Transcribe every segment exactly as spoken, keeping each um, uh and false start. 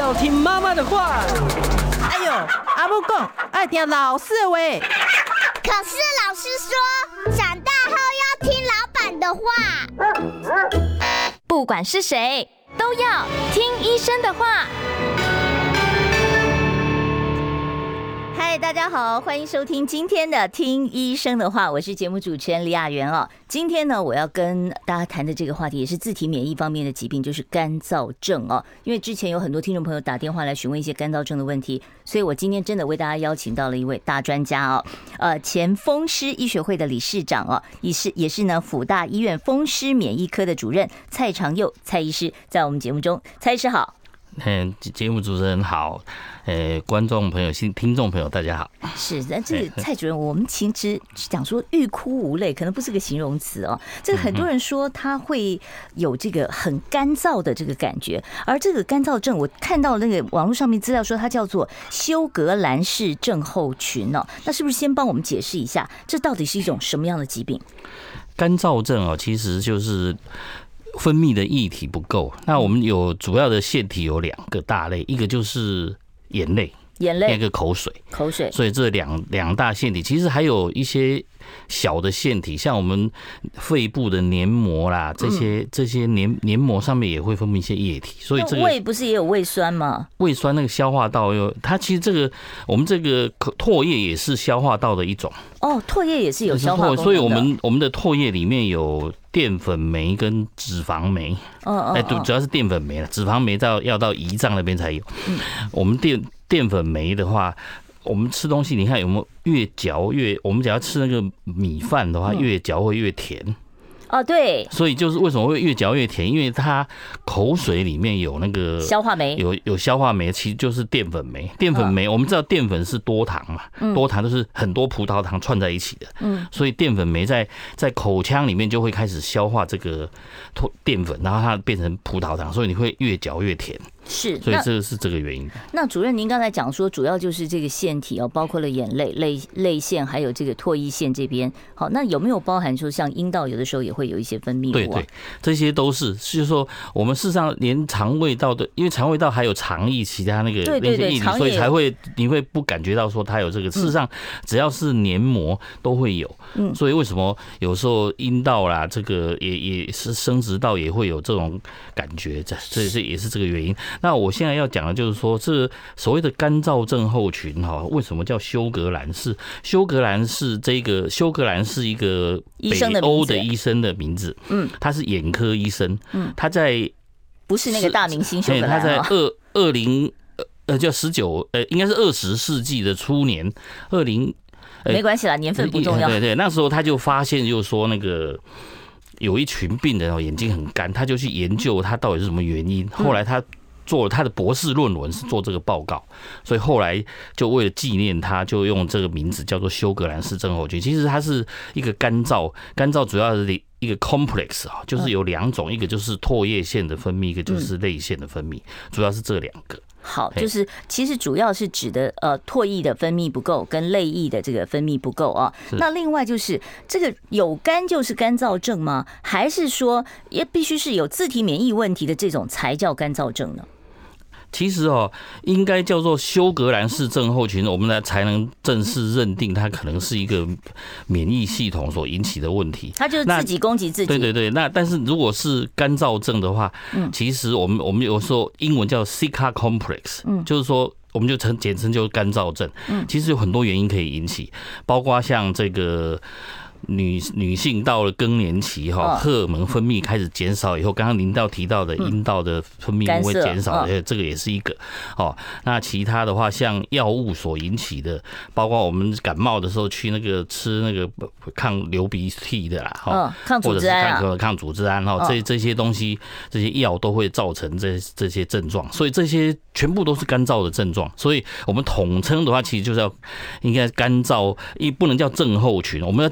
要听妈妈的话。 哎呦，阿母讲爱听老师的话。 可是老师说，长大后要听老板的话。 不管是谁，都要听医生的话。 嗨，大家好，欢迎收听今天的听医生的话，我是节目主持人李雅媛哦。今天呢，我要跟大家谈的这个话题也是自体免疫方面的疾病，就是干燥症哦。因为之前有很多听众朋友打电话来询问一些干燥症的问题，所以我今天真的为大家邀请到了一位大专家哦，呃，前风湿医学会的理事长哦，也是也是呢辅大医院风湿免疫科的主任蔡长佑蔡医师，在我们节目中，蔡医师好。 嗯，节目主持人好，呃，观众朋友、听众朋友，大家好。 是，那这个蔡主任，我们其实讲说欲哭无泪，可能不是个形容词哦。这个很多人说他会有这个很干燥的这个感觉，而这个干燥症，我看到那个网络上面资料说它叫做休格兰氏症候群哦。那是不是先帮我们解释一下，这到底是一种什么样的疾病？ 干燥症哦，其实就是分泌的液体不够。那我们有主要的腺体有两个大类，一个就是眼泪， 眼泪， 一个口水， 口水。 所以这两两大腺体，其实还有一些小的腺体，像我们肺部的黏膜啦，这些这些黏黏膜上面也会分泌一些液体。所以这个胃不是也有胃酸吗？ 胃酸那个消化道又，它其实这个我们这个唾液也是消化道的一种。 哦，唾液也是有消化功能的。 所以我们我们的唾液里面有淀粉酶跟脂肪酶。 哦哦， 哎，对，主要是淀粉酶了，脂肪酶到要到胰脏那边才有。嗯，我们淀淀粉酶的话，我们吃东西，你看有没有越嚼越，我们只要吃那个米饭的话，越嚼会越甜。 哦，对， 所以就是为什么会越嚼越甜，因为它口水里面有那个消化酶， 有有消化酶，其实就是淀粉酶。淀粉酶，我们知道淀粉是多糖嘛，多糖都是很多葡萄糖串在一起的，嗯，所以淀粉酶在在口腔里面就会开始消化这个淀粉，然后它变成葡萄糖，所以你会越嚼越甜。 是， 所以这个是这个原因。 那主任，您刚才讲说，主要就是这个腺体哦，包括了眼泪、泪泪腺，还有这个唾液腺这边。好，那有没有包含说，像阴道有的时候也会有一些分泌物、啊？ 对对，这些都是，就是说，我们事实上连肠胃道的，因为肠胃道还有肠液其他那个那些液体，所以才会你会不感觉到说它有这个。事实上，只要是黏膜都会有。嗯，所以为什么有时候阴道啦，这个也也是生殖道也会有这种感觉，这这这也是这个原因。那我现在要讲的就是说，这所谓的干燥症候群哈，为什么叫休格兰氏？休格兰氏这个休格兰是一个北欧的医生的名字，嗯，他是眼科医生，嗯，他在不是那个大明星休格兰， 他在二二零呃叫十九呃应该是二十世纪的初年，二零没关系啦，年份不重要。 对对，那时候他就发现，就是说那个有一群病人哦眼睛很干，他就去研究他到底是什么原因，后来他做了他的博士论文是做这个报告，所以后来就为了纪念他，就用这个名字叫做休格兰氏症候群。其实它是一个干燥，干燥主要是一个 complex 啊，就是有两种，一个就是唾液腺的分泌，一个就是泪腺的分泌，主要是这两个。 好，就是其实主要是指的呃唾液的分泌不够，跟泪液的这个分泌不够啊。那另外就是这个有干就是干燥症吗？还是说也必须是有自体免疫问题的这种才叫干燥症呢？ 其实哦，应该叫做休格兰氏症候群，我们呢才能正式认定它可能是一个免疫系统所引起的问题。 它就是自己攻击自己。 对对对，那但是如果是干燥症的话，嗯，其实我们我们有时候英文叫 Zika complex， 嗯，就是说我们就称简称就是干燥症。嗯，其实有很多原因可以引起，包括像这个。女女性到了更年期哈，荷尔蒙分泌开始减少以后，刚刚您到提到的阴道的分泌物会减少，这个也是一个哦。那其他的话，像药物所引起的，包括我们感冒的时候去那个吃那个抗流鼻涕的啦，哈， 抗组织胺啊， 抗组织胺哈，这这些东西，这些药都会造成这这些症状，所以这些全部都是干燥的症状。所以我们统称的话，其实就是要应该干燥，一不能叫症候群，我们要症候群。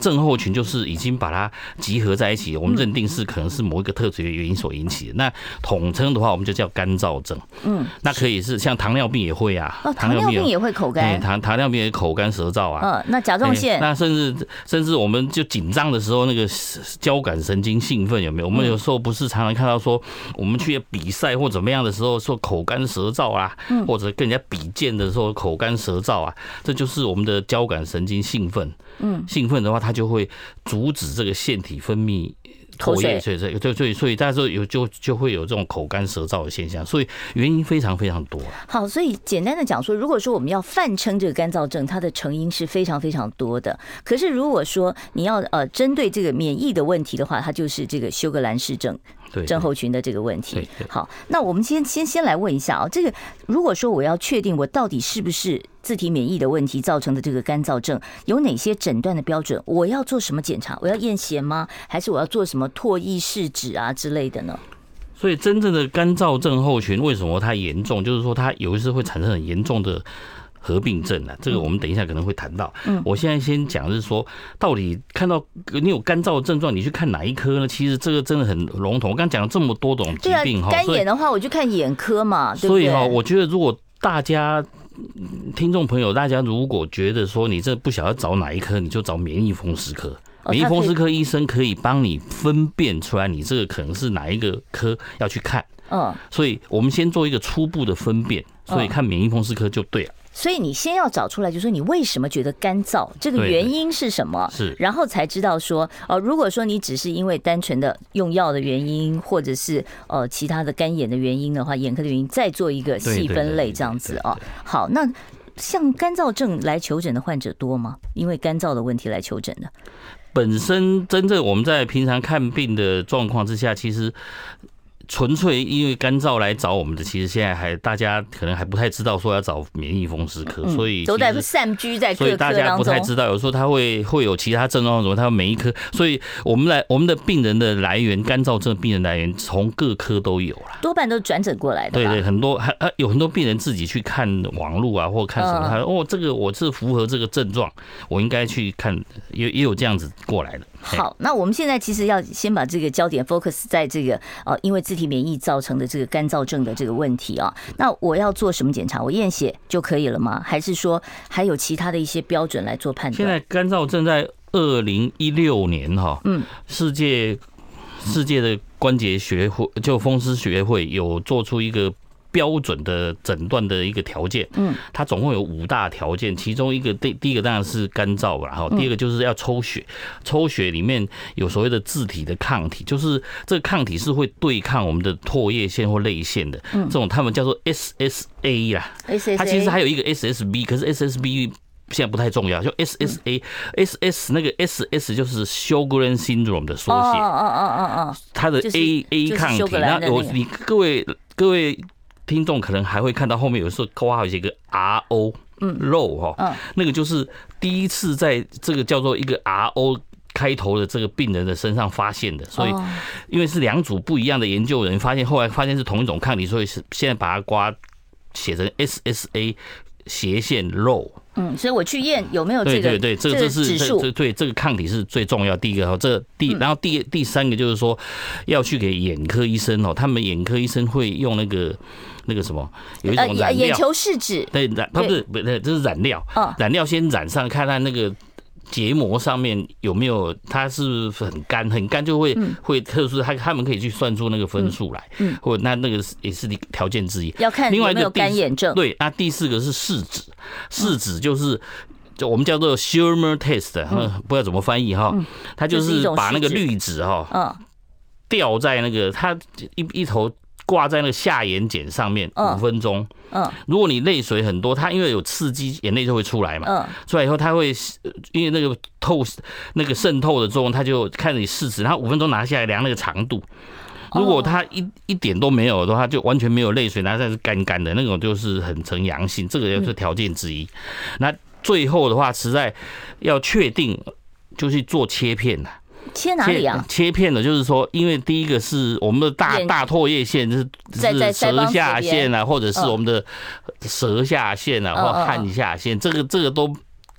群就是已经把它集合在一起，我们认定是可能是某一个特殊的原因所引起的。那统称的话，我们就叫干燥症。嗯，那可以是像糖尿病也会啊， 哦，糖尿病也会口干， 糖糖尿病也口干舌燥啊。 嗯，那甲状腺， 那甚至甚至我们就紧张的时候，那个交感神经兴奋有没有？我们有时候不是常常看到说，我们去比赛或怎么样的时候，说口干舌燥啊，或者跟人家比剑的时候口干舌燥啊，这就是我们的交感神经兴奋。嗯，兴奋的话，它就会阻止这个腺体分泌唾液，所以所以所以所以大家说有就就会有这种口干舌燥的现象，所以原因非常非常多。 好，所以简单的讲说，如果说我们要泛称这个干燥症，它的成因是非常非常多的。可是如果说你要呃针对这个免疫的问题的话，它就是这个休格兰氏症症候群的这个问题。好，那我们先先先来问一下啊，这个如果说我要确定我到底是不是自体免疫的问题造成的这个干燥症，有哪些诊断的标准？我要做什么检查？我要验血吗？还是我要做什么唾液试纸啊之类的呢？ 所以真正的干燥症候群为什么它严重？就是说它有一次会产生很严重的合并症啊，这个我们等一下可能会谈到。嗯，我现在先讲是说，到底看到你有干燥的症状，你去看哪一科呢？其实这个真的很笼统。我刚讲了这么多种疾病哈， 干眼的话我就看眼科嘛，对不对？ 所以哈，我觉得如果大家听众朋友，大家如果觉得说你这不晓得找哪一科，你就找免疫风湿科。免疫风湿科医生可以帮你分辨出来，你这个可能是哪一个科要去看。嗯，所以我们先做一个初步的分辨，所以看免疫风湿科就对了。 所以你先要找出来，就是说你为什么觉得干燥，这个原因是什么？是，然后才知道说，哦，如果说你只是因为单纯的用药的原因，或者是呃其他的干眼的原因的话，眼科的原因，再做一个细分类这样子哦。好，那像干燥症来求诊的患者多吗？因为干燥的问题来求诊的， 本身真正我们在平常看病的状况之下，其实纯粹因为干燥来找我们的，其实现在还大家可能还不太知道说要找免疫风湿科，所以都在散居在各科当中， 所以大家不太知道，有时候他会会有其他症状什么，他每一科，所以我们来我们的病人的来源，干燥症病人来源从各科都有了， 多半都转诊过来的。 对对，很多还有很多病人自己去看网络啊，或看什么，他说哦，这个我是符合这个症状，我应该去看，也也有这样子过来的。 好，那我们现在其实要先把这个焦点 focus 在这个呃，因为自体免疫造成的这个干燥症的这个问题啊。那我要做什么检查？我验血就可以了吗？还是说还有其他的一些标准来做判断？ 现在干燥症在二零一六年哈，嗯，世界世界的关节学会就风湿学会有做出一个标准的诊断的一个条件，嗯，它总共有五大条件，其中一个第第一个当然是干燥，然后第二个就是要抽血，抽血里面有所谓的自体的抗体，就是这个抗体是会对抗我们的唾液腺或泪腺的，这种他们叫做 S S A 啦，它其实还有一个 S S B， 可是 S S B 现在不太重要，就 S S A，S S 那个 S S 就是 Sjogren syndrome 的缩写，哦哦哦哦哦，它的 A A 抗体，那有你各位各位。听众可能还会看到后面有时候括号有一个 R O， 嗯 ，low 哈，那个就是第一次在这个叫做一个 R O 开头的这个病人的身上发现的，所以因为是两组不一样的研究人发现，后来发现是同一种抗体，所以是现在把它刮写成 S S A 斜线 low。 嗯，所以我去验有没有这个对对对，这个这是这对这个抗体是最重要。第一个，这第然后第第三个就是说要去给眼科医生哦，他们眼科医生会用那个那个什么，有一种染料， 眼球试纸， 对染，它不是不是，这是染料，染料先染上，看看那个结膜上面有没有，它是很干，很干就会会特殊，他他们可以去算出那个分数来，嗯，或者那那个也是条件之一。 要看有没有干眼症。 对，那第四个是试纸，试纸就是就我们叫做 Schirmer test， 不知道怎么翻译哈，它就是把那个滤纸哈，嗯，吊在那个它一一头。挂在那个下眼睑上面五分钟。嗯，如果你泪水很多，它因为有刺激，眼泪就会出来嘛。嗯，出来以后它会因为那个透那个渗透的作用，它就看你试纸，然后五分钟拿下来量那个长度。如果它一一点都没有的话，就完全没有泪水，拿下来是干干的那种，就是很呈阳性，这个也是条件之一。那最后的话，实在要确定，就去做切片了。 切哪里啊？ 切片的，就是说，因为第一个是我们的大大唾液腺是是舌下腺啊，或者是我们的舌下腺啊，或汗下腺，这个这个都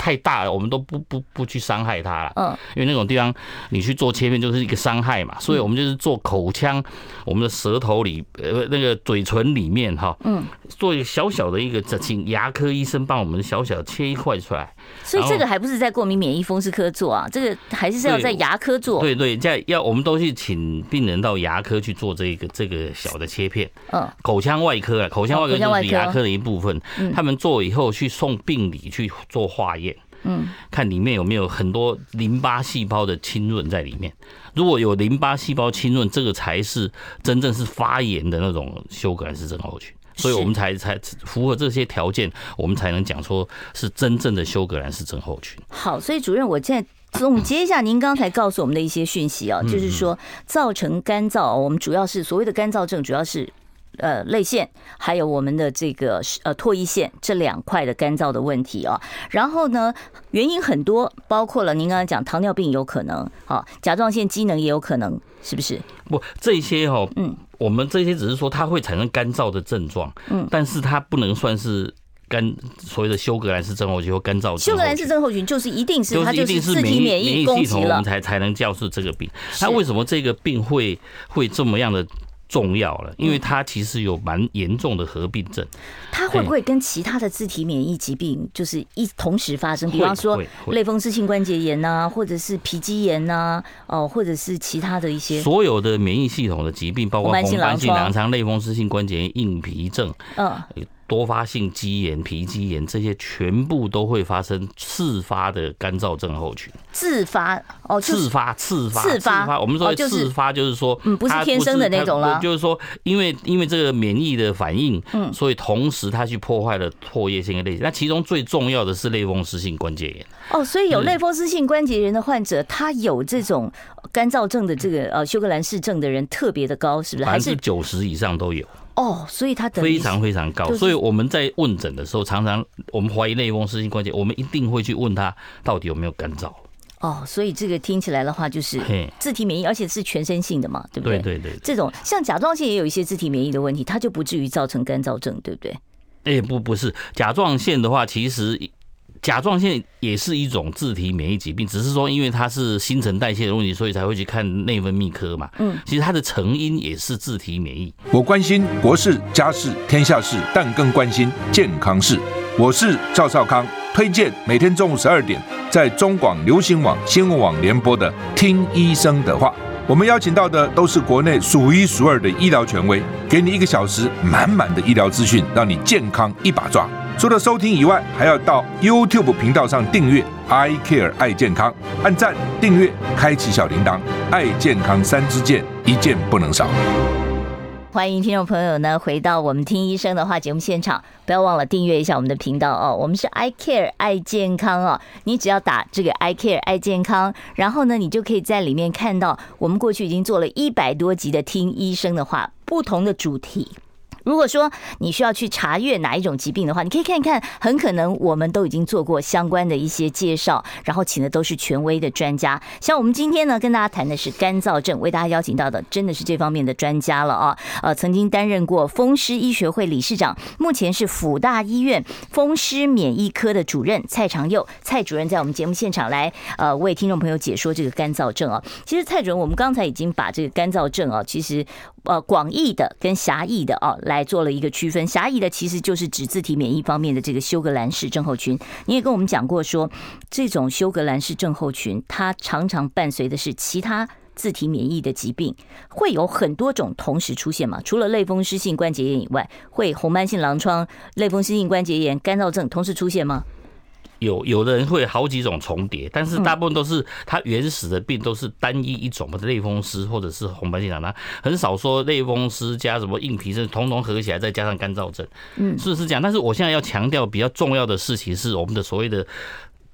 太大了，我们都不不不去伤害它了。 嗯， 因为那种地方你去做切片就是一个伤害嘛，所以我们就是做口腔，我们的舌头里呃那个嘴唇里面哈，嗯，做一个小小的一个，请牙科医生帮我们小小切一块出来。 所以这个还不是在过敏免疫风湿科做啊，这个还是要在牙科做。 对对，在要我们都去请病人到牙科去做这个这个小的切片。嗯，口腔外科啊，口腔外科就是牙科的一部分。嗯，他们做以后去送病理去做化验。嗯，看里面有没有很多淋巴细胞的浸润在里面。如果有淋巴细胞浸润，这个才是真正是发炎的那种休格兰氏症候群。所以我们才才符合这些条件，我们才能讲说是真正的休格兰氏症候群。 好，所以主任，我现在总结一下您刚才告诉我们的一些讯息啊，就是说造成干燥，我们主要是所谓的干燥症，主要是呃泪腺还有我们的这个呃唾液腺这两块的干燥的问题啊。然后呢，原因很多，包括了您刚才讲糖尿病有可能，啊，甲状腺机能也有可能，是不是？ 不，这些哈，嗯。我们这些只是说它会产生干燥的症状，嗯，但是它不能算是干所谓的休格兰氏症候群或干燥症候群。 休格兰氏症候群就是一定是它就是自体免疫攻击了， 我们才才能叫是这个病。那为什么这个病会会这么样的重要了？因为它其实有蛮严重的合并症。 它会不会跟其他的自体免疫疾病就是一同时发生？比方说类风湿性关节炎呐，或者是皮肌炎呐，哦，或者是其他的一些所有的免疫系统的疾病，包括红斑性狼疮、类风湿性关节炎、硬皮症，嗯。多发性肌炎、皮肌炎，这些全部都会发生次发的干燥症候群。 自发哦， 次发、次发、 次发。 我们说次发就是说， 嗯，不是天生的那种了。 就是说，因为因为这个免疫的反应，嗯，所以同时它去破坏了唾液腺跟泪腺。那其中最重要的是类风湿性关节炎。 哦，所以有类风湿性关节炎的患者，他有这种干燥症的这个呃休格兰氏症的人特别的高，是不是？ 百分之九十以上都有。 哦，所以它非常非常高，所以我们在问诊的时候，常常我们怀疑类风湿性关节，我们一定会去问他到底有没有干燥。 哦，所以这个听起来的话，就是自体免疫，而且是全身性的嘛，对不对？ 对对对。 这种像甲状腺也有一些自体免疫的问题，它就不至于造成干燥症，对不对？ 哎，不不是，甲状腺的话，其实。甲状腺也是一种自体免疫疾病，只是说因为它是新陈代谢的问题，所以才会去看内分泌科嘛。嗯，其实它的成因也是自体免疫。 我关心国事、家事、天下事，但更关心健康事。我是赵少康，推荐每天中午十二点在中广流行网、新闻网联播的《听医生的话》。我们邀请到的都是国内数一数二的医疗权威，给你一个小时满满的医疗资讯，让你健康一把抓。除了收听以外，还要到 YouTube 频道上订阅 I Care 爱健康，按赞、订阅、开启小铃铛，爱健康三支箭，一件不能少。 欢迎听众朋友呢回到我们听医生的话节目现场，不要忘了订阅一下我们的频道哦。我们是 I Care 爱健康哦，你只要打这个 I Care 爱健康，然后呢，你就可以在里面看到我们过去已经做了一百多集的听医生的话，不同的主题。如果说你需要去查阅哪一种疾病的话，你可以看一看，很可能我们都已经做过相关的一些介绍，然后请的都是权威的专家。像我们今天呢跟大家谈的是干燥症，为大家邀请到的真的是这方面的专家了啊。呃，曾经担任过风湿医学会理事长，目前是辅大医院风湿免疫科的主任蔡长佑，蔡主任在我们节目现场来呃为听众朋友解说这个干燥症啊。其实蔡主任，我们刚才已经把这个干燥症啊，其实呃广义的跟狭义的啊来做了一个区分。狭义的其实就是指自体免疫方面的这个休格兰氏症候群。你也跟我们讲过说，这种休格兰氏症候群它常常伴随的是其他自体免疫的疾病，会有很多种同时出现嘛？除了类风湿性关节炎以外，会红斑性狼疮、类风湿性关节炎、干燥症同时出现吗？ 有有的人会好几种重叠，但是大部分都是它原始的病都是单一一种的类风湿或者是红斑性狼疮，很少说类风湿加什么硬皮症统统合起来再加上干燥症，嗯，是是这样。但是我现在要强调比较重要的事情是我们的所谓的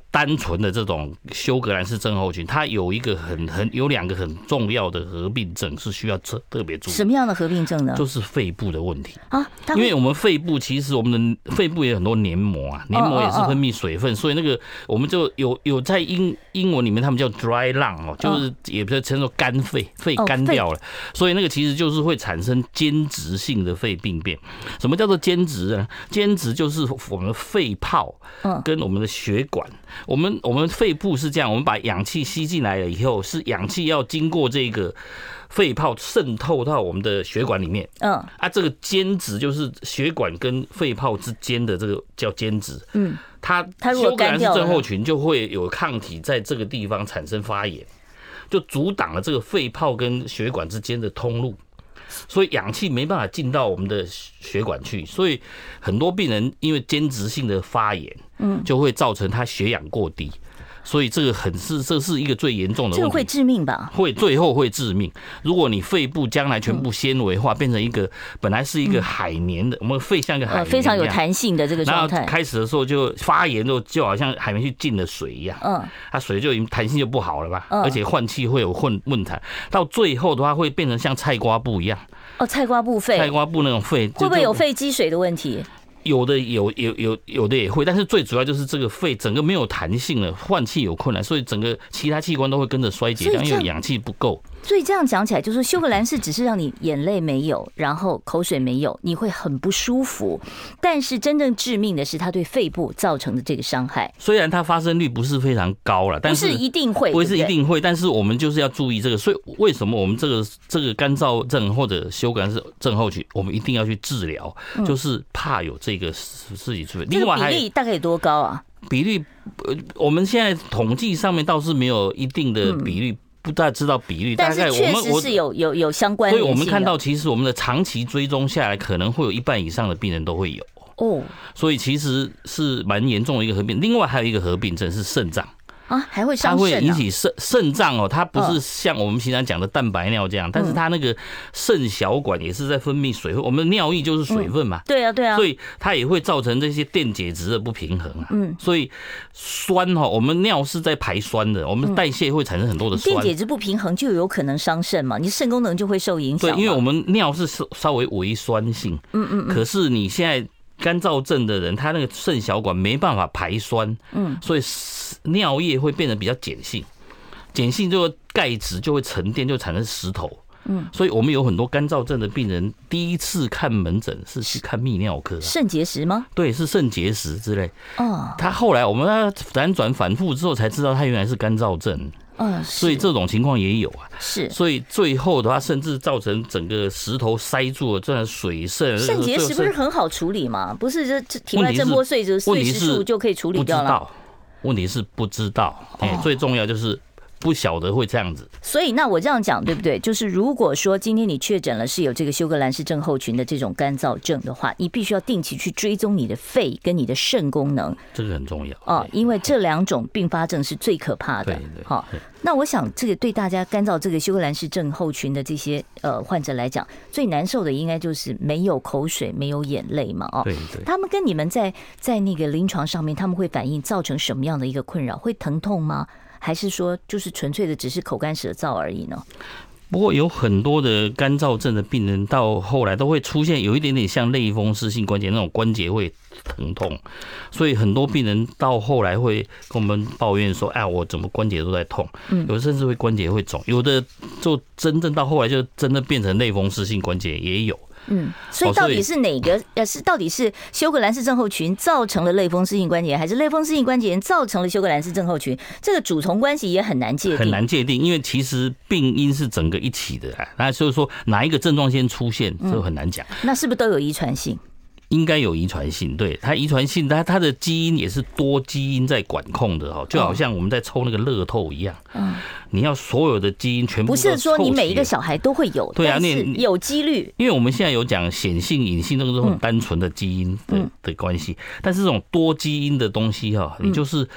单纯的这种休格兰氏症候群，它有一个很很有两个很重要的合并症是需要特特别注意。 什么样的合并症呢？ 就是肺部的问题啊， 因为我们肺部其实我们的肺部也有很多黏膜啊，黏膜也是分泌水分，所以那个我们就有有在英英文里面他们叫 dry lung 哦，就是也不是称作干肺，肺干掉了，所以那个其实就是会产生间质性的肺病变。什么叫做间质呢？间质就是我们的肺泡跟我们的血管。我们我们肺部是这样，我们把氧气吸进来了以后，是氧气要经过这个肺泡渗透到我们的血管里面。嗯，啊，这个间质就是血管跟肺泡之间的这个叫间质。嗯，它它休格兰氏症候群就会有抗体在这个地方产生发炎，就阻挡了这个肺泡跟血管之间的通路。所以氧气没办法进到我们的血管去，所以很多病人因为间质性的发炎，嗯，就会造成他血氧过低，所以这个很是这是一个最严重的问题。 这个会致命吧？ 会，最后会致命。如果你肺部将来全部纤维化，变成一个本来是一个海绵的，我们肺像一个海绵一样， 非常有弹性的这个状态。 然后开始的时候就发炎，就就好像海绵去进了水一样，嗯，它水就已经弹性就不好了吧，而且换气会有混混痰，到最后的话会变成像菜瓜布一样。 哦，菜瓜布肺， 菜瓜布那种肺会不会有肺积水的问题？ 有的有有有有的也会，但是最主要就是这个肺整个没有弹性了，换气有困难，所以整个其他器官都会跟着衰竭，因为氧气不够。 所以这样讲起来，就是休格兰氏只是让你眼泪没有，然后口水没有，你会很不舒服。但是真正致命的是它对肺部造成的这个伤害。 虽然它发生率不是非常高了，但是不是一定会， 不是一定会，但是我们就是要注意这个。所以为什么我们这个这个干燥症或者休格兰氏症候群，我们一定要去治疗，嗯、就是怕有这个事情出现。另外还比例大概有多高啊？ 比例，呃，我们现在统计上面倒是没有一定的比率。嗯，不大知道比率， 但是确实是有有有相关联性的。 所以我们看到，其实我们的长期追踪下来，可能会有一半以上的病人都会有哦。所以其实是蛮严重的一个合并。另外还有一个合并症是肾脏。 啊，还会伤肾、啊， 它会引起肾肾脏哦，它不是像我们平常讲的蛋白尿这样，嗯、但是它那个肾小管也是在分泌水分，我们的尿液就是水分嘛， 嗯、对啊对啊， 所以它也会造成这些电解质的不平衡啊，嗯，所以酸哈，我们尿是在排酸的，我们代谢会产生很多的酸， 电解质不平衡就有可能伤肾嘛，你肾功能就会受影响， 对，因为我们尿是稍微微酸性，嗯嗯，可是你现在干燥症的人，他那个肾小管没办法排酸，嗯，所以尿液会变得比较碱性，碱性就钙质就会沉淀，就产生石头，嗯，所以我们有很多干燥症的病人，第一次看门诊是去看泌尿科， 肾结石吗？ 对，是肾结石之类。哦，他后来我们辗转反复之后才知道，他原来是干燥症。嗯，所以这种情况也有啊， 是， 所以最后的话，甚至造成整个石头塞住了，这样水肾。 肾结石不是很好处理吗？不是这体外震波碎石碎石术就可以处理掉了？ 问题是不知道，哎，最重要就是不晓得会这样子。 所以那我这样讲对不对？就是如果说今天你确诊了是有这个休格兰氏症候群的这种干燥症的话，你必须要定期去追踪你的肺跟你的肾功能， 这个很重要哦，因为这两种并发症是最可怕的。 对对，好。 那我想，这个对大家干燥这个休格兰氏症候群的这些呃患者来讲，最难受的应该就是没有口水、没有眼泪嘛，哦， 对对。 他们跟你们在在那个临床上面，他们会反映造成什么样的一个困扰？会疼痛吗？还是说就是纯粹的只是口干舌燥而已呢？ 不过有很多的干燥症的病人到后来都会出现有一点点像类风湿性关节那种关节会疼痛，所以很多病人到后来会跟我们抱怨说：“哎，我怎么关节都在痛？”有的甚至会关节会肿，有的就真正到后来就真的变成类风湿性关节也有。 嗯，所以到底是哪个？呃，是到底是休格兰氏症候群造成了类风湿性关节炎，还是类风湿性关节炎造成了休格兰氏症候群？这个主从关系也很难界定， 很难界定，因为其实病因是整个一起的，那所以说哪一个症状先出现，这很难讲。 嗯，那是不是都有遗传性？ 应该有遗传性，对，它遗传性，它它的基因也是多基因在管控的哈，就好像我们在抽那个乐透一样，嗯，你要所有的基因全部不是说你每一个小孩都会有， 对啊， 你有几率， 因为我们现在有讲显性、隐性，那个是很单纯的基因的的关系，但是这种多基因的东西哈，你就是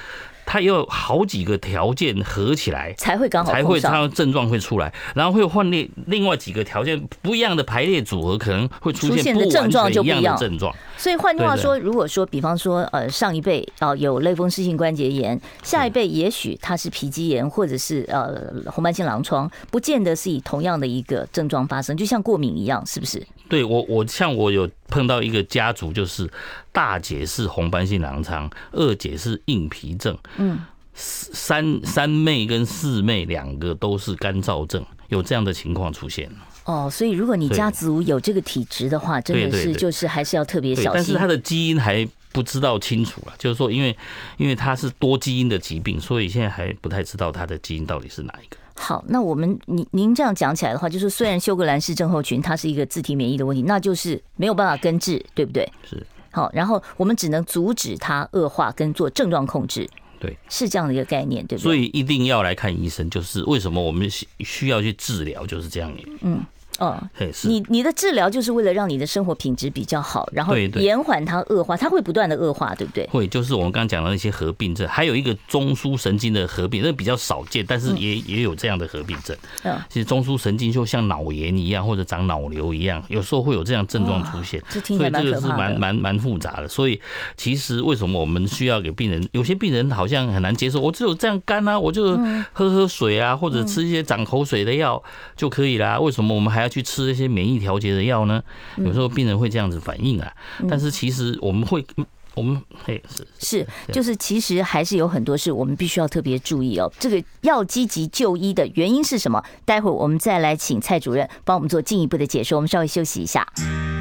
它有好几个条件合起来才会刚好才会它症状会出来，然后会换另另外几个条件不一样的排列组合，可能会出现不完全一样的症状。所以换句话说，如果说比方说呃上一辈啊有类风湿性关节炎，下一辈也许它是皮肌炎或者是呃红斑性狼疮，不见得是以同样的一个症状发生，就像过敏一样，是不是？ 对，我我像我有碰到一个家族，就是大姐是红斑性狼疮，二姐是硬皮症，嗯，三三妹跟四妹两个都是干燥症，有这样的情况出现。 哦，所以如果你家族有这个体质的话，真的是就是还是要特别小心。 但是他的基因还不知道清楚了，就是说，因为因为它是多基因的疾病，所以现在还不太知道它的基因到底是哪一个。 好，那我们您您这样讲起来的话，就是虽然休格兰氏症候群它是一个自体免疫的问题，那就是没有办法根治，对不对？ 是。 好，然后我们只能阻止它恶化跟做症状控制。 对， 是这样的一个概念，对不对？ 所以一定要来看医生，就是为什么我们需要去治疗，就是这样。嗯。 哦，你你的治疗就是为了让你的生活品质比较好，然后延缓它恶化，它会不断的恶化，对不对？ 会，就是我们刚刚讲的那些合并症，还有一个中枢神经的合并，那比较少见，但是也、嗯、也有这样的合并症。嗯，其实中枢神经就像脑炎一样，或者长脑瘤一样，有时候会有这样症状出现， 这听起来蛮可怕的。 所以这个是蛮蛮蛮复杂的。所以其实为什么我们需要给病人？有些病人好像很难接受，我只有这样干啊，我就喝喝水啊，或者吃一些长口水的药就可以啦。为什么我们还要去吃一些免疫调节的药呢？有时候病人会这样子反应啊，但是其实我们会，我们嘿是是就是其实还是有很多事我们必须要特别注意哦。这个要积极就医的原因是什么？待会儿我们再来请蔡主任帮我们做进一步的解说。我们稍微休息一下。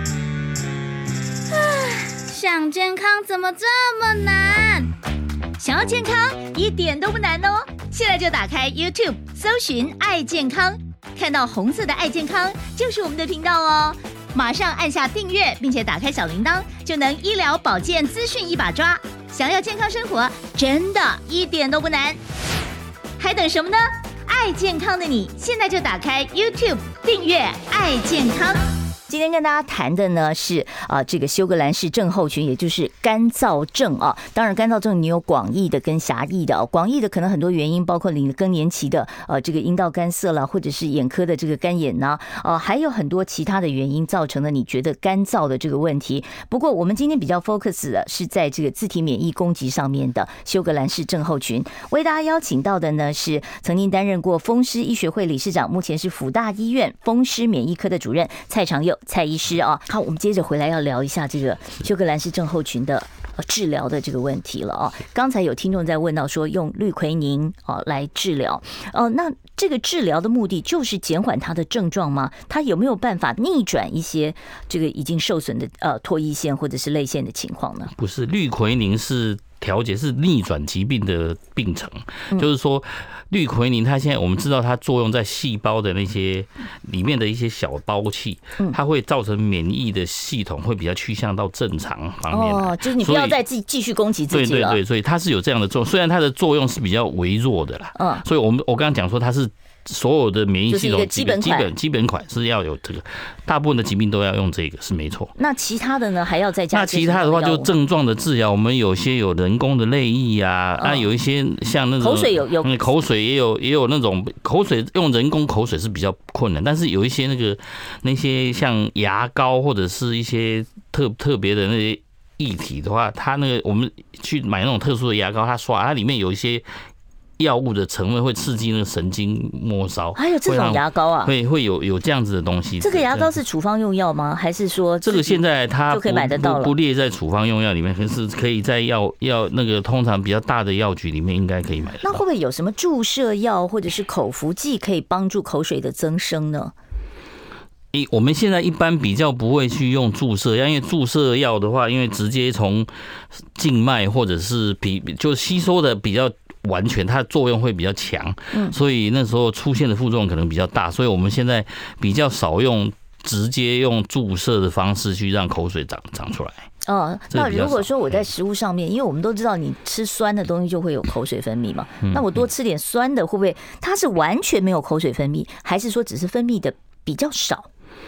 想健康怎么这么难？想要健康一点都不难哦！现在就打开 YouTube 搜寻爱健康。看到红色的爱健康就是我们的频道哦，马上按下订阅，并且打开小铃铛，就能医疗保健资讯一把抓。想要健康生活，真的一点都不难，还等什么呢？爱健康的你，现在就打开 YouTube 订阅爱健康。 今天跟大家谈的呢是啊，这个休格兰氏症候群，也就是干燥症啊。当然，干燥症你有广义的跟狭义的哦。广义的可能很多原因，包括你的更年期的呃这个阴道干涩啦，或者是眼科的这个干眼呐，啊，还有很多其他的原因造成了你觉得干燥的这个问题。不过我们今天比较 focus 的是在这个自体免疫攻击上面的休格兰氏症候群。为大家邀请到的呢是曾经担任过风湿医学会理事长，目前是辅大医院风湿免疫科的主任蔡长佑。蔡医师啊，好，我们接着回来要聊一下这个休格兰氏症候群的治疗的这个问题了啊。刚才有听众在问到说用氯喹宁啊来治疗，哦，那这个治疗的目的就是减缓它的症状吗？它有没有办法逆转一些这个已经受损的呃唾液腺或者是泪腺的情况呢？ 不是，氯喹宁是调节，是逆转疾病的病程，嗯、就是说。氯喹宁它现在我们知道它作用在细胞的那些里面的一些小胞器，它会造成免疫的系统会比较趋向到正常方面。 哦，就是你不要再继继续攻击自己了。 对对对，所以它是有这样的作用，虽然它的作用是比较微弱的啦。嗯，所以我们我刚刚讲说它是。所有的免疫系统基本基本基本款是要有这个，大部分的疾病都要用这个是没错。 那其他的呢？还要再加？ 那其他的话就症状的治疗，我们有些有人工的泪液啊，那、嗯、有一些像那种口水有有、 嗯、口水也有也有那种口水用人工口水是比较困难，但是有一些那个那些像牙膏或者是一些特特别的那些液体的话，它那个我们去买那种特殊的牙膏，它刷它里面有一些。药物的成分会刺激那个神经末梢， 还有这种牙膏啊， 会会有有这样子的东西。 这个牙膏是处方用药吗？还是说这个现在它就可以买得到了？ 不列在处方用药里面，可是可以在药药那个通常比较大的药局里面应该可以买得到。 那会不会有什么注射药或者是口服剂可以帮助口水的增生呢？ 我们现在一般比较不会去用注射药，因为注射药的话，因为直接从静脉或者是比就吸收的比较。完全它的作用会比较强，所以那时候出现的副作用可能比较大，所以我们现在比较少用直接用注射的方式去让口水长长出来。 哦，那如果说我在食物上面，因为我们都知道你吃酸的东西就会有口水分泌嘛，那我多吃点酸的，会不会它是完全没有口水分泌，还是说只是分泌的比较少？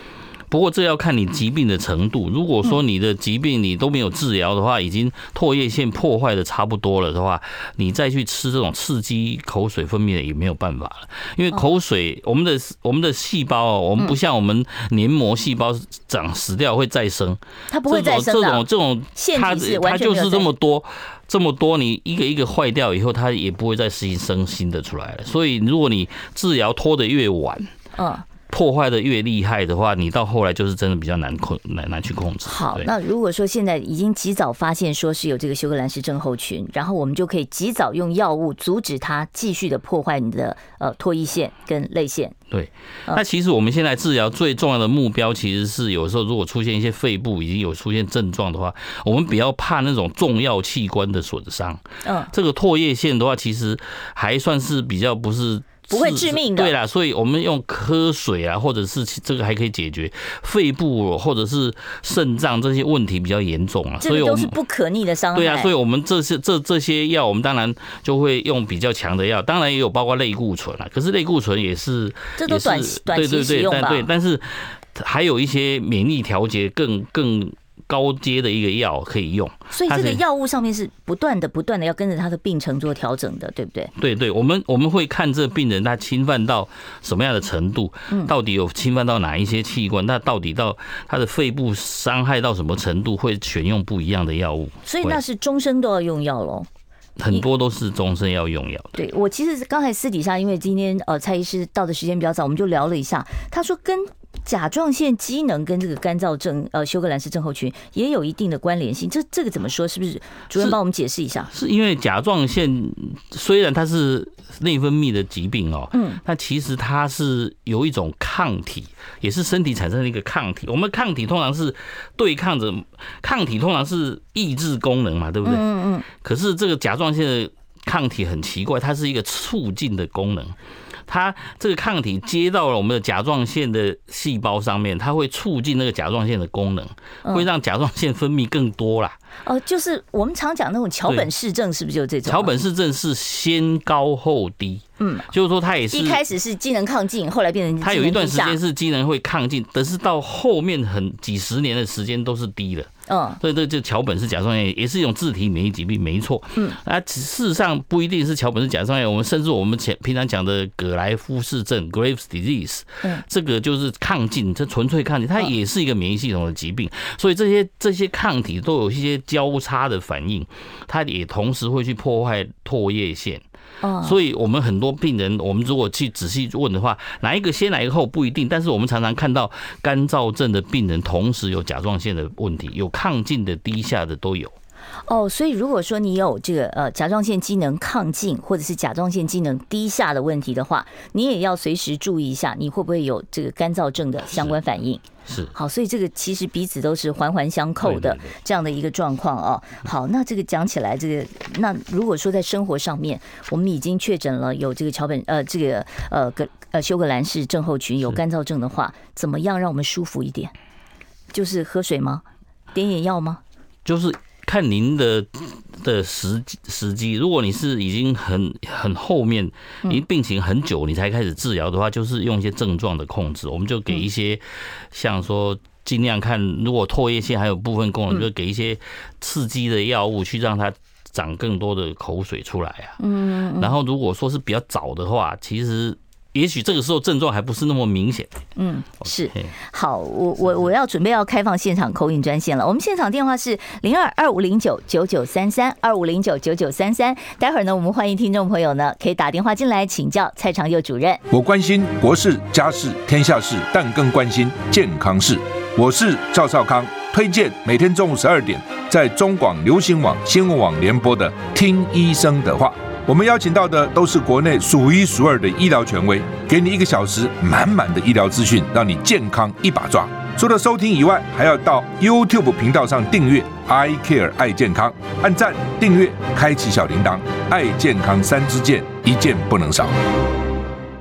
不过这要看你疾病的程度。如果说你的疾病你都没有治疗的话，已经唾液腺破坏的差不多了的话，你再去吃这种刺激口水分泌的也没有办法了。因为口水，我们的我们的细胞哦，我们不像我们黏膜细胞长死掉会再生， 它不会再生的。 这种这种它它就是这么多。这么多，你一个一个坏掉以后，它也不会再生新的出来了。所以，如果你治疗拖得越晚，嗯，破坏的越厉害的话，你到后来就是真的比较难控难难去控制。 好，那如果说现在已经及早发现说是有这个休格兰氏症候群，然后我们就可以及早用药物阻止它继续的破坏你的呃唾液腺跟泪腺。 对，那其实我们现在治疗最重要的目标，其实是有时候如果出现一些肺部已经有出现症状的话，我们比较怕那种重要器官的损伤。嗯，这个唾液腺的话，其实还算是比较不是。 不会致命的， 对啦，所以我们用喝水啊，或者是这个还可以解决肺部或者是肾脏这些问题比较严重啊， 所以都是不可逆的伤害。 对啊，所以我们这些这这些药，我们当然就会用比较强的药，当然也有包括类固醇啊，可是类固醇也是这都短短期使用吧？ 对对对，但是还有一些免疫调节更更。高阶的一个药可以用， 所以这个药物上面是不断的、不断的要跟着他的病程做调整的，对不对？ 对对，我们我们会看这病人他侵犯到什么样的程度，到底有侵犯到哪一些器官，那到底到他的肺部伤害到什么程度，会选用不一样的药物。 所以那是终身都要用药咯。 很多都是终身要用药的。 对，我其实刚才私底下，因为今天呃蔡医师到的时间比较早，我们就聊了一下，他说跟甲状腺机能跟这个干燥症呃休格兰氏症候群也有一定的关联性，这这个怎么说？是不是主任帮我们解释一下？ 是因为甲状腺虽然它是内分泌的疾病哦，嗯，但其实它是有一种抗体，也是身体产生的一个抗体。我们抗体通常是对抗着，抗体通常是抑制功能嘛，对不对？嗯嗯。可是这个甲状腺的抗体很奇怪，它是一个促进的功能。它这个抗体接到了我们的甲状腺的细胞上面，它会促进那个甲状腺的功能，会让甲状腺分泌更多啦。 哦，就是我们常讲那种桥本氏症，是不是就这种？ 桥本氏症是先高后低，嗯，就是说它也是一开始是机能亢进，后来变成它有一段时间是机能会亢进，但是到后面很几十年的时间都是低的。嗯，所以这就桥本氏甲状腺也是一种自体免疫疾病，没错。嗯，啊，事实上不一定是桥本氏甲状腺，我们甚至我们前平常讲的葛莱夫氏症 （Graves' disease）， 嗯，这个就是亢进，这纯粹亢进，它也是一个免疫系统的疾病。所以这些这些抗体都有一些交叉的反应，它也同时会去破坏唾液腺。所以我们很多病人，我们如果去仔细问的话，哪一个先哪一个后不一定，但是我们常常看到干燥症的病人同时有甲状腺的问题，有亢进的、低下的都有。 哦，所以如果说你有这个呃甲状腺机能亢进或者是甲状腺机能低下的问题的话，你也要随时注意一下，你会不会有这个干燥症的相关反应。 是， 好，所以这个其实彼此都是环环相扣的这样的一个状况哦。好，那这个讲起来，这个那如果说在生活上面，我们已经确诊了有这个桥本呃这个呃格呃休格兰氏症候群，有干燥症的话，怎么样让我们舒服一点？就是喝水吗？点眼药吗？ 就是看您的的时时机，如果你是已经很很后面，你病情很久，你才开始治疗的话，就是用一些症状的控制，我们就给一些像说尽量看，如果唾液腺还有部分功能，就给一些刺激的药物去让它长更多的口水出来啊。嗯，然后如果说是比较早的话，其实也许这个时候症状还不是那么明显。 嗯，是。好，我我我要准备要开放现场口音专线了。我们现场电话是零二二五零九九九三三二五零九九九三三。待会儿呢，我们欢迎听众朋友呢可以打电话进来请教蔡长佑主任。 我关心国事、家事、天下事，但更关心健康事。我是赵少康，推荐每天中午十二点在中广流行网、新闻网联播的《听医生的话》。我们邀请到的都是国内数一数二的医疗权威，给你一个小时满满的医疗资讯，让你健康一把抓。除了收听以外，还要到 YouTube 频道上订阅 I Care 爱健康，按赞、订阅、开启小铃铛，爱健康三支箭，一件不能少。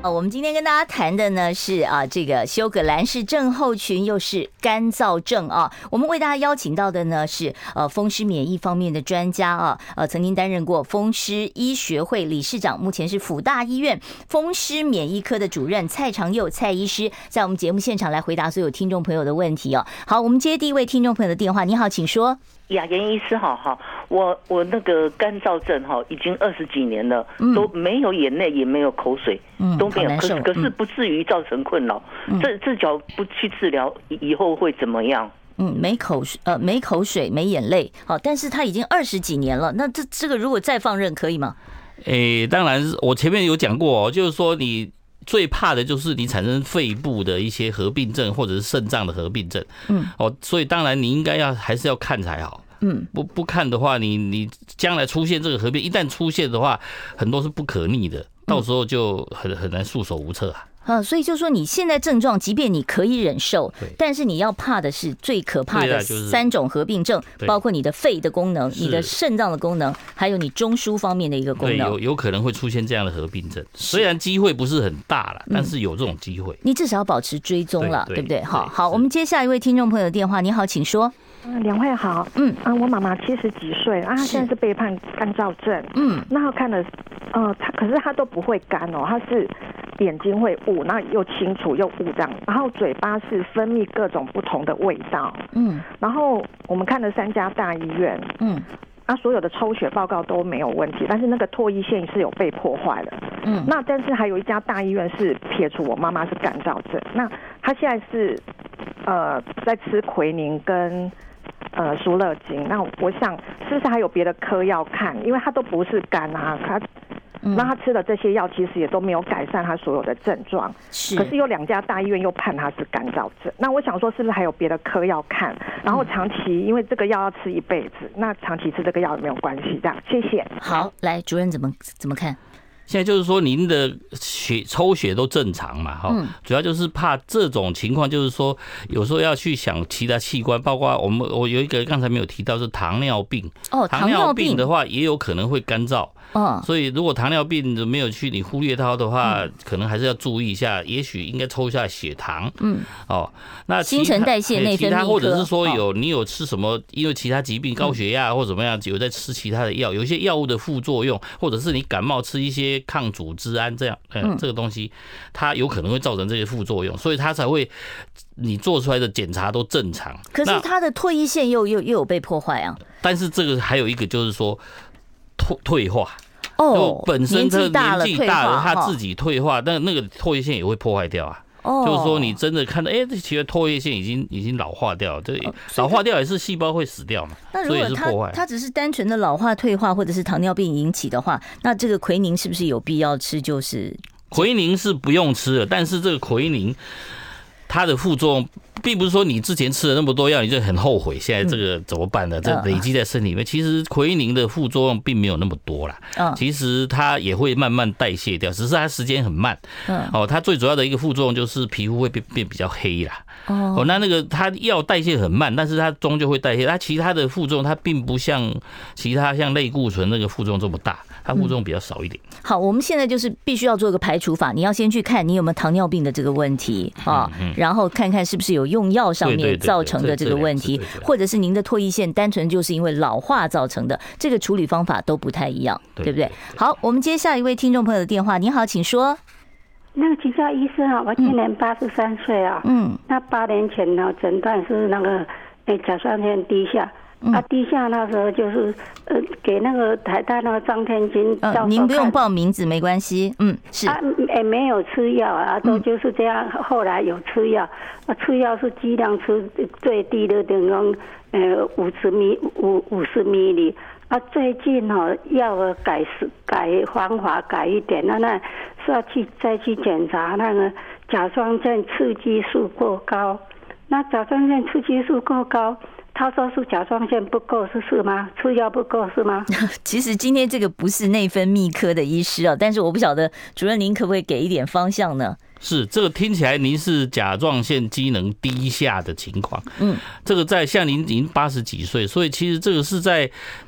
我们今天跟大家谈的呢是啊，这个休葛兰氏症候群又是干燥症啊。我们为大家邀请到的呢是呃风湿免疫方面的专家啊，呃曾经担任过风湿医学会理事长，目前是辅大医院风湿免疫科的主任蔡长佑蔡医师，在我们节目现场来回答所有听众朋友的问题哦。好，我们接第一位听众朋友的电话。你好，请说。 雅妍医师好哈，我我那个干燥症哈，已经二十几年了，嗯、都没有眼泪，也没有口水，嗯、都没有，可是可是不至于造成困扰。嗯、这这脚不去治疗，以后会怎么样？ 嗯，没口水呃没口水没眼泪，好，但是他已经二十几年了，那这这个如果再放任可以吗？ 诶，当然，我前面有讲过哦，就是说你。最怕的就是你产生肺部的一些合并症，或者是肾脏的合并症。嗯，哦，所以当然你应该要还是要看才好。嗯，不不看的话，你你将来出现这个合并，一旦出现的话，很多是不可逆的，到时候就很很难束手无策啊。 啊，所以就说你现在症状，即便你可以忍受，但是你要怕的是最可怕的三种合并症，包括你的肺的功能、你的肾脏的功能，还有你中枢方面的一个功能， 对，有有可能会出现这样的合并症。虽然机会不是很大了，但是有这种机会。 你至少要保持追踪了，对不对？好好，我们接下一位听众朋友的电话。你好，请说。 嗯，两位好。嗯啊，我妈妈七十几岁啊，她现在是被判干燥症。嗯，那她看了，呃，她可是她都不会干哦，她是眼睛会雾，那又清楚又雾这样，然后嘴巴是分泌各种不同的味道。嗯，然后我们看了三家大医院。嗯。那所有的抽血报告都没有问题，但是那个唾液腺是有被破坏的。嗯，那但是还有一家大医院是撇除我妈妈是干燥症，那她现在是呃在吃奎宁跟呃舒乐金，那我想是不是还有别的科要看，因为她都不是干啊，她。那他吃的这些药其实也都没有改善他所有的症状，是。可是有两家大医院又判他是干燥症，那我想说是不是还有别的科要看？然后长期因为这个药要吃一辈子，那长期吃这个药有没有关系？这样，谢谢。 好，来主任怎么怎么看？ 现在就是说您的血抽血都正常嘛，哈、嗯，主要就是怕这种情况，就是说有时候要去想其他器官，包括我们我有一个刚才没有提到是糖尿病， 哦， 糖尿病的话也有可能会干燥。哦，所以如果糖尿病没有去你忽略它的话，嗯、可能还是要注意一下，也许应该抽一下血糖。嗯，哦，那新陈代谢内分泌科，其他或者是说有你有吃什么，因为其他疾病高血压或怎么样，有在吃其他的药，有一些药物的副作用，或者是你感冒吃一些抗组织胺这样，嗯，这个东西它有可能会造成这些副作用，所以它才会你做出来的检查都正常。 可是它的唾液腺又又又有被破坏啊。 但是这个还有一个就是说退退化。 哦， 本身他年纪大了， 他自己退化，那那个唾液腺也会破坏掉啊。哦，就是说你真的看到，哎、欸，其实唾液腺已经已经老化掉了，这老化掉也是细胞会死掉嘛，所以也是破坏。 它只是单纯的老化退化，或者是糖尿病引起的话，那这个奎宁是不是有必要吃？就是奎宁是不用吃的，但是这个奎宁它的副作用。并不是说你之前吃了那么多药，你就很后悔，现在这个怎么办呢？这累积在身体里面，其实奎宁的副作用并没有那么多啦。其实它也会慢慢代谢掉，只是它时间很慢。哦，它最主要的一个副作用就是皮肤会变变比较黑啦。哦，那那个它药代谢很慢，但是它终究会代谢。它其他的副作用它并不像其他像类固醇那个副作用这么大，它副作用比较少一点。 好，我们现在就是必须要做一个排除法，你要先去看你有没有糖尿病的这个问题啊，然后看看是不是有用药上面造成的这个问题，或者是您的唾液腺单纯就是因为老化造成的，这个处理方法都不太一样，对不对？好，我们接下一位听众朋友的电话。你好，请说。 那个请教医生啊，我今年八十三岁啊，嗯，那八年前呢诊断是那个诶甲状腺低下。啊，低下那时候就是呃，给那个台大那个张天金教授看， 您不用报名字，没关系，嗯，是啊，也没有吃药啊，都就是这样。后来有吃药，啊，吃药是剂量吃最低的，等于呃五十米五五十米里。啊，最近哦药改改方法改一点，那那是要去再去检查那个甲状腺刺激素过高，那甲状腺刺激素过高。他说是甲状腺不够，是是吗？吃药不够是吗？ 其实今天这个不是内分泌科的医师啊，但是我不晓得主任您可不可以给一点方向呢？ 是，这个听起来您是甲状腺机能低下的情况，嗯，这个在像您您八十几岁，所以其实这个是在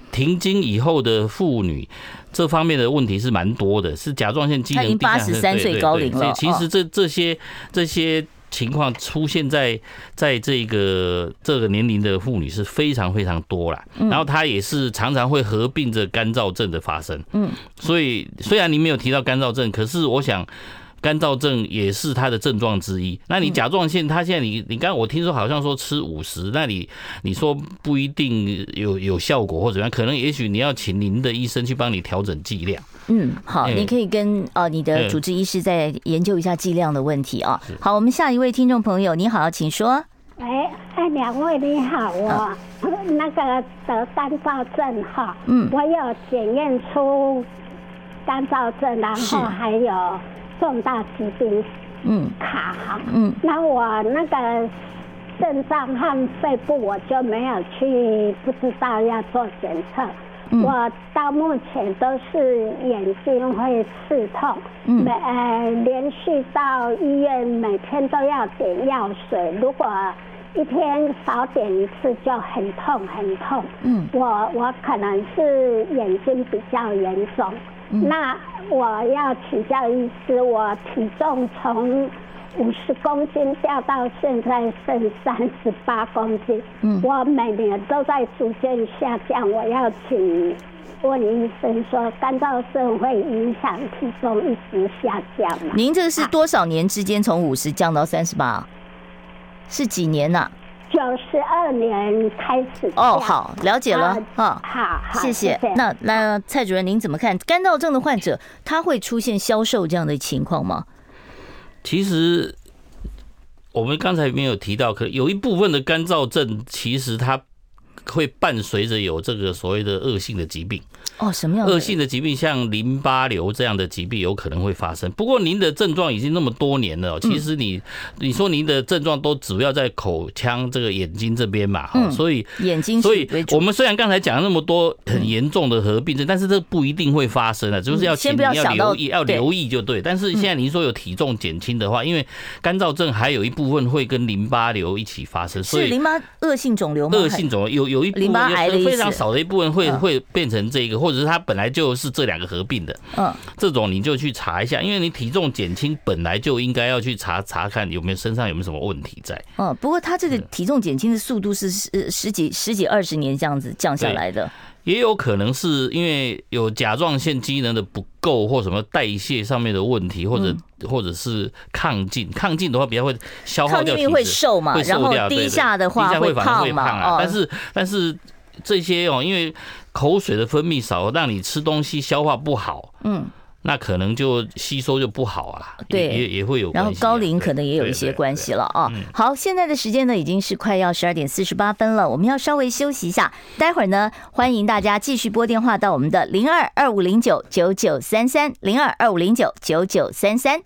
停经以后的妇女，这方面的问题是蛮多的，是甲状腺机能低下。 她已经八十三岁高龄了。 其实这这些这些情况出现在在这个这个年龄的妇女是非常非常多啦。然后她也是常常会合并着干燥症的发生。嗯，所以虽然你没有提到干燥症，可是我想。干燥症也是它的症状之一。那你甲状腺，它现在你你刚刚我听说好像说吃五十，那你你说不一定有有效果或怎么样，可能也许你要请您的医生去帮你调整剂量。 嗯，好，你可以跟呃你的主治医师再研究一下剂量的问题啊。好，我们下一位听众朋友，你好，请说。 哎哎，两位你好，我那个得干燥症哈，嗯，我有检验出干燥症，然后还有重大疾病嗯卡哈，嗯，那我那个肾脏和肺部我就没有去，不知道要做检测。嗯、我到目前都是眼睛会刺痛，嗯，每呃连续到医院每天都要点药水，如果一天少点一次就很痛很痛。嗯，我我可能是眼睛比较严重。嗯、那我要请教医师，我体重从五十公斤掉到现在剩三十八公斤，嗯，我每年都在逐渐下降。我要请问医生说，干燥症会影响体重一直下降吗？ 您这个是多少年之间从五十降到三十八？是几年呐、啊？ 九十二年开始哦，好，了解了， 好，好， 谢谢。那那蔡主任您怎么看？干燥症的患者他会出现消瘦这样的情况吗？ 其实我们刚才没有提到，可有一部分的干燥症其实它会伴随着有这个所谓的恶性的疾病。 哦，什么样的恶性的疾病？像淋巴瘤这样的疾病有可能会发生。不过您的症状已经那么多年了，其实你你说您的症状都主要在口腔这个眼睛这边嘛，嗯，所以眼睛， 所以我们虽然刚才讲了那么多很严重的合并症，但是这不一定会发生的，就是要请你要留意，要留意就对。但是现在您说有体重减轻的话，因为干燥症还有一部分会跟淋巴瘤一起发生，所以是淋巴恶性肿瘤吗？ 恶性肿瘤有有一部分淋巴癌的非常少的一部分会会变成这个。或者是它本来就是这两个合并的，嗯，这种你就去查一下，因为你体重减轻本来就应该要去查查看有没有身上有没有什么问题在。 嗯，不过它这个体重减轻的速度是十十几十几二十年这样子降下来的， 也有可能是因为有甲状腺机能的不够，或什么代谢上面的问题，或者、嗯、或者是亢进，亢进的话比较会消耗掉体脂， 会瘦嘛，然后低下的话会胖嘛， 啊、但是但是这些哦，因为口水的分泌少，让你吃东西消化不好，嗯，那可能就吸收就不好啊， 对， 也也会有关系、啊。 然后高龄可能也有一些关系了啊。好，现在的时间呢已经是快要十二点四十八分了，我们要稍微休息一下，待会儿呢欢迎大家继续拨电话到我们的零二二五零九九九三三零二二五零九九九三三。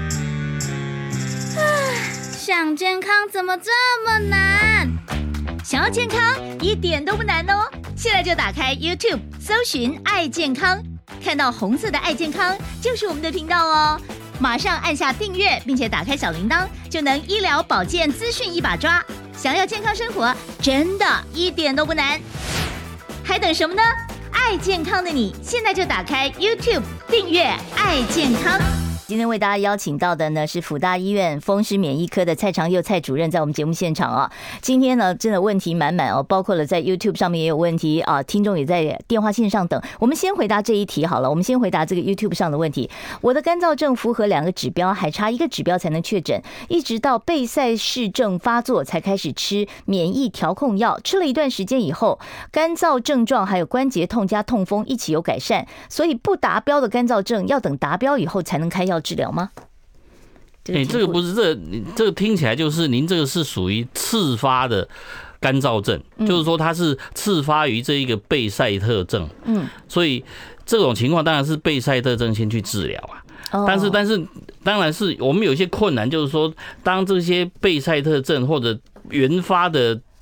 想健康怎么这么难？想要健康一点都不难哦！现在就打开 YouTube 搜寻爱健康，看到红色的爱健康就是我们的频道哦。马上按下订阅，并且打开小铃铛，就能医疗保健资讯一把抓。想要健康生活，真的一点都不难，还等什么呢？爱健康的你，现在就打开 YouTube 订阅爱健康。 今天为大家邀请到的呢是辅大医院风湿免疫科的蔡长佑蔡主任，在我们节目现场啊。今天呢真的问题满满哦，包括了在 YouTube 上面也有问题啊，听众也在电话线上等。我们先回答这一题好了，我们先回答这个 YouTube 上的问题。我的干燥症符合两个指标，还差一个指标才能确诊，一直到贝塞氏症发作才开始吃免疫调控药，吃了一段时间以后，干燥症状还有关节痛加痛风一起有改善，所以不达标的干燥症要等达标以后才能开药治疗吗？ 哎、欸，这个不是这个，这个听起来就是您这个是属于次发的干燥症，嗯、就是说它是次发于这一个贝塞特症，嗯，所以这种情况当然是贝塞特症先去治疗啊。哦、但是，但是，当然是我们有一些困难，就是说，当这些贝塞特症或者原发的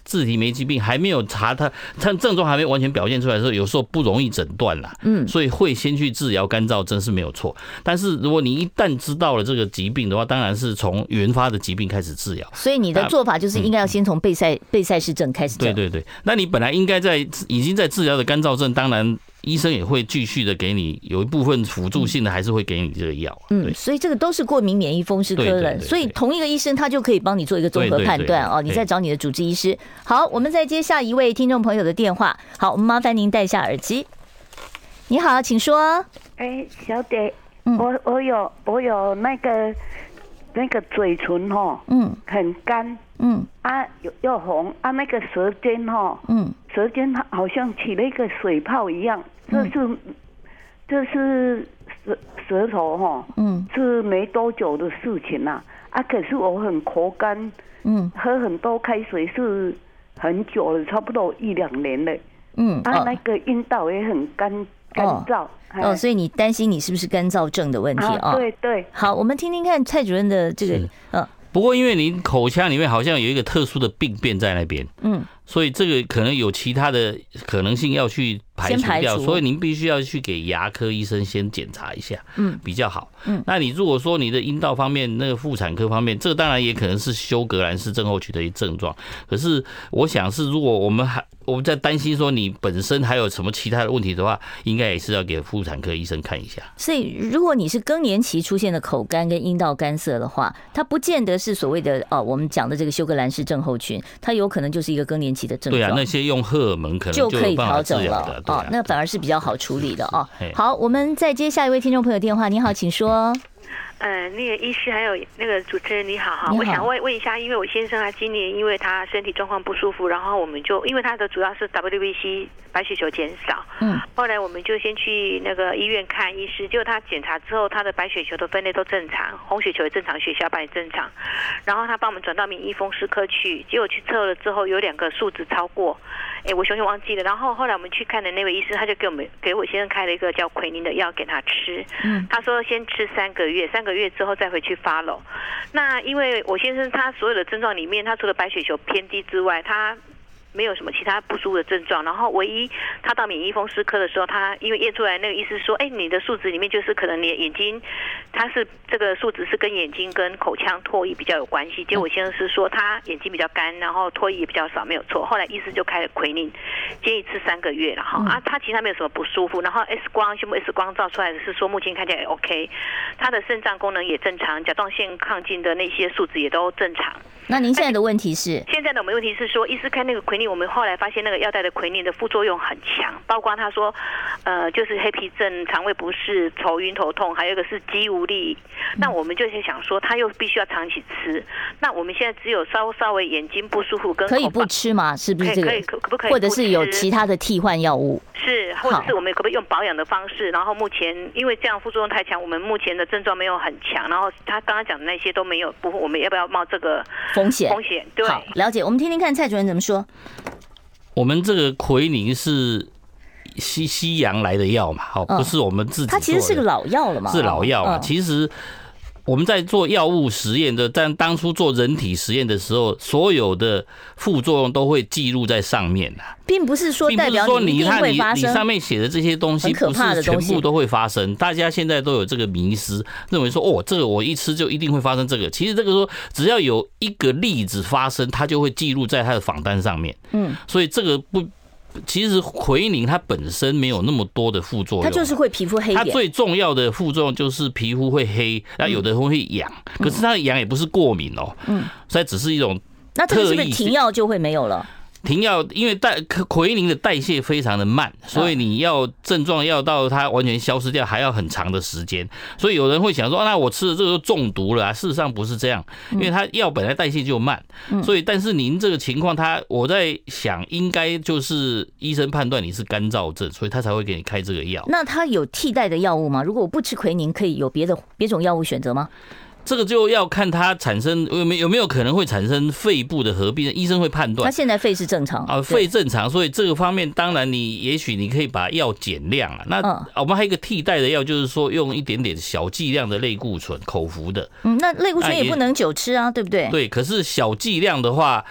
自体免疫疾病还没有查它，它症状还没完全表现出来的时候，有时候不容易诊断啦。嗯，所以会先去治疗干燥症是没有错。但是如果你一旦知道了这个疾病的话，当然是从原发的疾病开始治疗。 所以你的做法就是应该要先从贝塞贝塞氏症开始治。 对对对，那你本来应该在已经在治疗的干燥症，当然医生也会继续的给你有一部分辅助性的，还是会给你这个药。 嗯，所以这个都是过敏免疫风湿科的，所以同一个医生他就可以帮你做一个综合判断哦。你再找你的主治医师。好，我们再接下一位听众朋友的电话。好，我们麻烦您戴下耳机。你好，请说。 哎，小姐，我我有我有那个那个嘴唇哈，嗯，很干，嗯啊，又又红啊，那个舌尖哈，嗯，舌尖它好像起了一个水泡一样，这是这是舌舌头哈，嗯，是没多久的事情呐，啊，可是我很口干，嗯，喝很多开水是很久了，差不多一两年了，嗯，啊，那个阴道也很干干燥。 哦，所以你担心你是不是干燥症的问题啊？ 对对。 好，我们听听看蔡主任的这个，呃， 不过因为你口腔里面好像有一个特殊的病变在那边，嗯，所以这个可能有其他的可能性要去排除掉，所以您必须要去给牙科医生先检查一下，嗯，比较好。嗯，那你如果说你的阴道方面，那个妇产科方面，这个当然也可能是休格兰氏症候群的一症状。可是我想是，如果我们还我们在担心说你本身还有什么其他的问题的话，应该也是要给妇产科医生看一下。 所以，如果你是更年期出现的口干跟阴道干涩的话，它不见得是所谓的哦，我们讲的这个休格兰氏症候群，它有可能就是一个更年期的症状。 对啊，那些用荷尔蒙可能就可以调整了哦，那反而是比较好处理的哦。好，我们再接下一位听众朋友电话。你好，请说。 呃，那个医师还有那个主持人你好哈，我想问问一下，因为我先生他今年因为他身体状况不舒服，然后我们就因为他的主要是 W B C 白血球减少，嗯，后来我们就先去那个医院看医师，结果他检查之后，他的白血球的分类都正常，红血球也正常，血小板也正常，然后他帮我们转到免疫风湿科去，结果去测了之后有两个数值超过，哎，我熊熊忘记了，然后后来我们去看的那位医师，他就给我们给我先生开了一个叫奎宁的药给他吃，嗯，他说先吃三个月，三个月之后再回去 follow。那因为我先生他所有的症状里面，他除了白血球偏低之外，他没有什么其他不舒服的症状，然后唯一他到免疫风湿科的时候，他因为验出来那个医师说，哎，你的数值里面就是可能你的眼睛，他是这个数值是跟眼睛跟口腔唾液比较有关系。结果我先生是说他眼睛比较干，然后唾液也比较少，没有错。后来医师就开了奎宁，建议吃三个月了哈。啊，他其他没有什么不舒服，然后 X 光胸部 X 光照出来的是说目前看起来也 OK， 他的肾脏功能也正常，甲状腺亢进的那些数值也都正常。 那您现在的问题是？ 现在的我们问题是说，医师开那个奎宁，我们后来发现那个药袋的奎宁的副作用很强，包括他说，呃，就是黑皮症、肠胃不适、头晕头痛，还有一个是肌无力。那我们就是想说，他又必须要长期吃。那我们现在只有稍稍微眼睛不舒服跟口可以不吃吗？是不是这个？ 可以，可不可以？ 或者是有其他的替换药物？ 是，或者是我们可不可以用保养的方式？然后目前因为这样副作用太强，我们目前的症状没有很强，然后他刚刚讲的那些都没有，不，我们要不要冒这个风险？ 风险对。 好，了解。我们听听看蔡主任怎么说。 我们这个奎宁是西西洋来的药嘛，好，不是我们自己做的。 它其实是个老药了嘛， 是老药嘛。其实我们在做药物实验的，但当初做人体实验的时候，所有的副作用都会记录在上面的， 并不是说代表你一定会发生。 你上面写的这些东西不是全部都会发生，大家现在都有这个迷思，认为说哦，这个我一吃就一定会发生这个。其实这个说只要有一个例子发生，它就会记录在它的访单上面。嗯，所以这个不。其实奎宁它本身没有那么多的副作用， 它就是会皮肤黑点。 它最重要的副作用就是皮肤会黑，那有的人会痒，嗯、可是它的痒也不是过敏哦，嗯，所以只是一种特异。 那这个是不是停药就会没有了？ 停药，因为代奎宁的代谢非常的慢，所以你要症状要到它完全消失掉，还要很长的时间。所以有人会想说，啊、那我吃的这个就中毒了啊？事实上不是这样，因为它药本来代谢就慢，所以但是您这个情况，它我在想，应该就是医生判断你是干燥症，所以他才会给你开这个药。 那它有替代的药物吗？如果我不吃奎宁，可以有别的别种药物选择吗？ 这个就要看它产生有没有有没有可能会产生肺部的合并，医生会判断。 他现在肺是正常啊，肺正常，所以这个方面当然你也许你可以把药减量啊。那我们还有一个替代的药，就是说用一点点小剂量的类固醇口服的。 嗯，那类固醇也不能久吃啊，对不对？ 对，可是小剂量的话。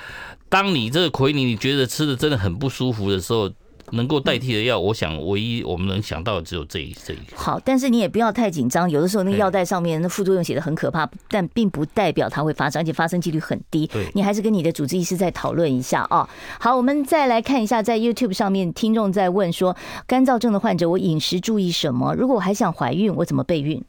当你这个奎宁你觉得吃的真的很不舒服的时候，能够代替的药，我想唯一我们能想到的只有这一这一个。 好，但是你也不要太紧张，有的时候那个药袋上面那副作用写的很可怕，但并不代表它会发生，而且发生几率很低。你还是跟你的主治医师再讨论一下啊。好，我们再来看一下，在 YouTube 上面听众在问说，干燥症的患者我饮食注意什么？如果我还想怀孕，我怎么备孕？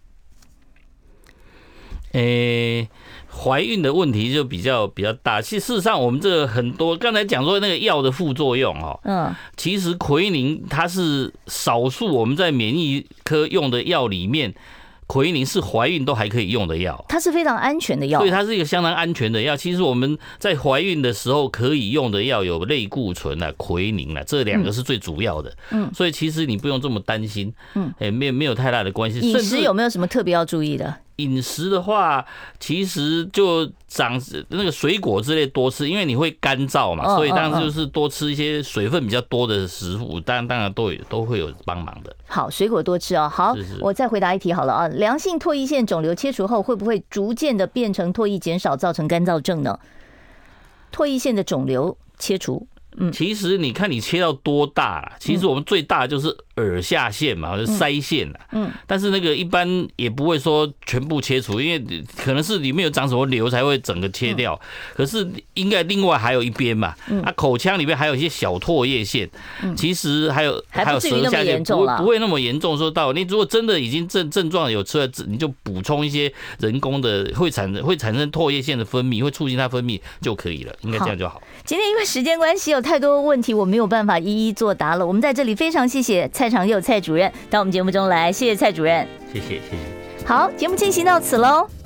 诶，怀孕的问题就比较比较大。其实事实上，我们这个很多刚才讲说那个药的副作用哦，嗯，其实奎宁它是少数我们在免疫科用的药里面，奎宁是怀孕都还可以用的药， 它是非常安全的药， 所以它是一个相当安全的药。其实我们在怀孕的时候可以用的药有类固醇啊、奎宁啊，这两个是最主要的。嗯，所以其实你不用这么担心，嗯，哎，没有没有太大的关系。 饮食有没有什么特别要注意的？ 饮食的话，其实就长那个水果之类多吃，因为你会干燥嘛，所以当然就是多吃一些水分比较多的食物，当然当然都有都会有帮忙的。 好，水果多吃哦。好，是是我再回答一题好了啊。良性唾液腺肿瘤切除后，会不会逐渐的变成唾液减少，造成干燥症呢？唾液腺的肿瘤切除。 嗯，其实你看你切到多大啦？其实我们最大的就是耳下腺嘛，就是腮腺啦。嗯，但是那个一般也不会说全部切除，因为可能是里面有长什么瘤才会整个切掉。可是应该另外还有一边嘛，啊，口腔里面还有一些小唾液腺，其实还有还有舌下腺，不不会那么严重。说到你如果真的已经症症状有出来，你就补充一些人工的会产生会产生唾液腺的分泌，会促进它分泌就可以了，应该这样就好。 今天因为时间关系，有太多问题我没有办法一一作答了。我们在这里非常谢谢蔡长佑蔡主任到我们节目中来，谢谢蔡主任， 谢谢谢谢。 好，节目进行到此喽。